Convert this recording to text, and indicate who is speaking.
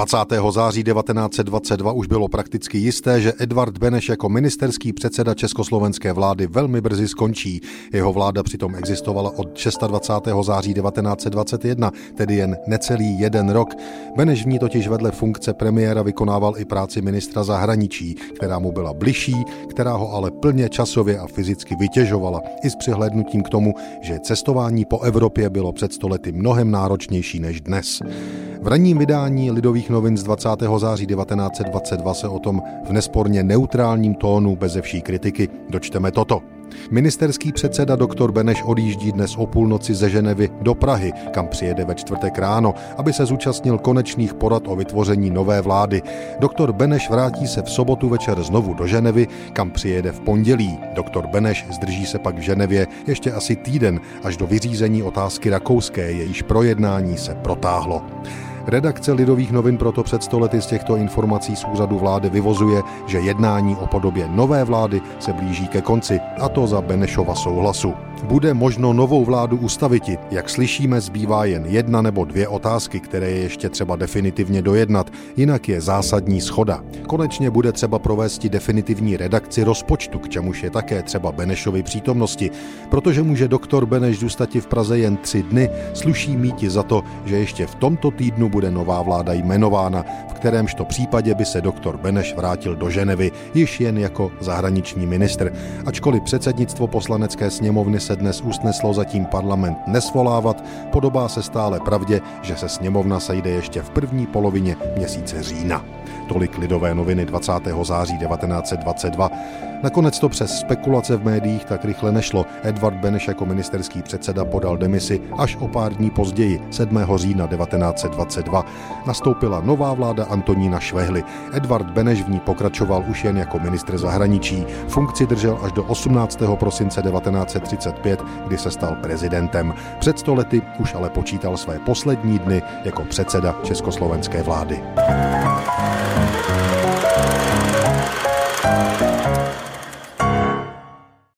Speaker 1: 20. září 1922 už bylo prakticky jisté, že Edvard Beneš jako ministerský předseda československé vlády velmi brzy skončí. Jeho vláda přitom existovala od 26. září 1921, tedy jen necelý jeden rok. Beneš v ní totiž vedle funkce premiéra vykonával i práci ministra zahraničí, která mu byla bližší, která ho ale plně časově a fyzicky vytěžovala, i s přihlédnutím k tomu, že cestování po Evropě bylo před 100 lety mnohem náročnější než dnes. V ranním vydání Lidových novin z 20. září 1922 se o tom v nesporně neutrálním tónu beze vší kritiky dočteme toto. Ministerský předseda doktor Beneš odjíždí dnes o půlnoci ze Ženevy do Prahy, kam přijede ve čtvrtek ráno, aby se zúčastnil konečných porad o vytvoření nové vlády. Doktor Beneš vrátí se v sobotu večer znovu do Ženevy, kam přijede v pondělí. Doktor Beneš zdrží se pak v Ženevě ještě asi týden, až do vyřízení otázky rakouské, jejíž projednání se protáhlo. Redakce Lidových novin proto před 100 lety z těchto informací z úřadu vlády vyvozuje, že jednání o podobě nové vlády se blíží ke konci, a to za Benešova souhlasu. Bude možno novou vládu ustaviti. Jak slyšíme, zbývá jen 1 nebo 2 otázky, které je ještě třeba definitivně dojednat, jinak je zásadní shoda. Konečně bude třeba provést definitivní redakci rozpočtu, k čemuž je také třeba Benešovy přítomnosti. Protože může doktor Beneš zůstati v Praze jen 3 dny, sluší míti za to, že ještě v tomto týdnu bude nová vláda jmenována, v kterémžto případě by se doktor Beneš vrátil do Ženevy již jen jako zahraniční ministr. Ačkoliv předsednictvo poslanecké sněmovny se dnes usneslo zatím parlament nesvolávat, podobá se stále pravdě, že se sněmovna sejde ještě v první polovině měsíce října. Tolik Lidové noviny 20. září 1922. Nakonec to přes spekulace v médiích tak rychle nešlo. Edvard Beneš jako ministerský předseda podal demisi až o pár dní později, 7. října 1922. Nastoupila nová vláda Antonína Švehly. Edvard Beneš v ní pokračoval už jen jako ministr zahraničí. Funkci držel až do 18. prosince 1935, kdy se stal prezidentem. Před 100 lety už ale počítal své poslední dny jako předseda československé vlády.